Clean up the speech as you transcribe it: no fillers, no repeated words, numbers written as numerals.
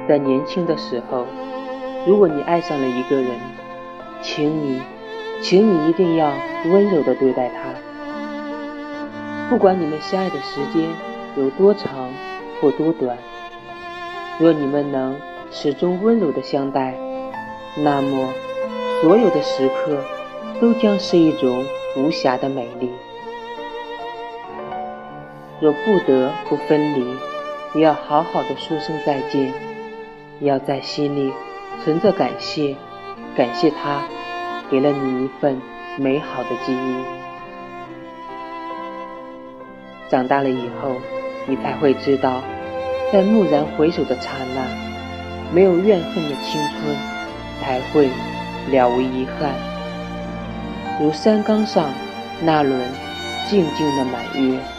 在年轻的时候，如果你爱上了一个人，请你一定要温柔地对待他。不管你们相爱的时间有多长或多短，若你们能始终温柔地相待，那么所有的时刻都将是一种无瑕的美丽。若不得不分离，也要好好的说声再见，也要在心里存着感谢他给了你一份美好的记忆。长大了以后，你才会知道，在蓦然回首的刹那，没有怨恨的青春才会了无遗憾。如山岗上那轮静静的满月，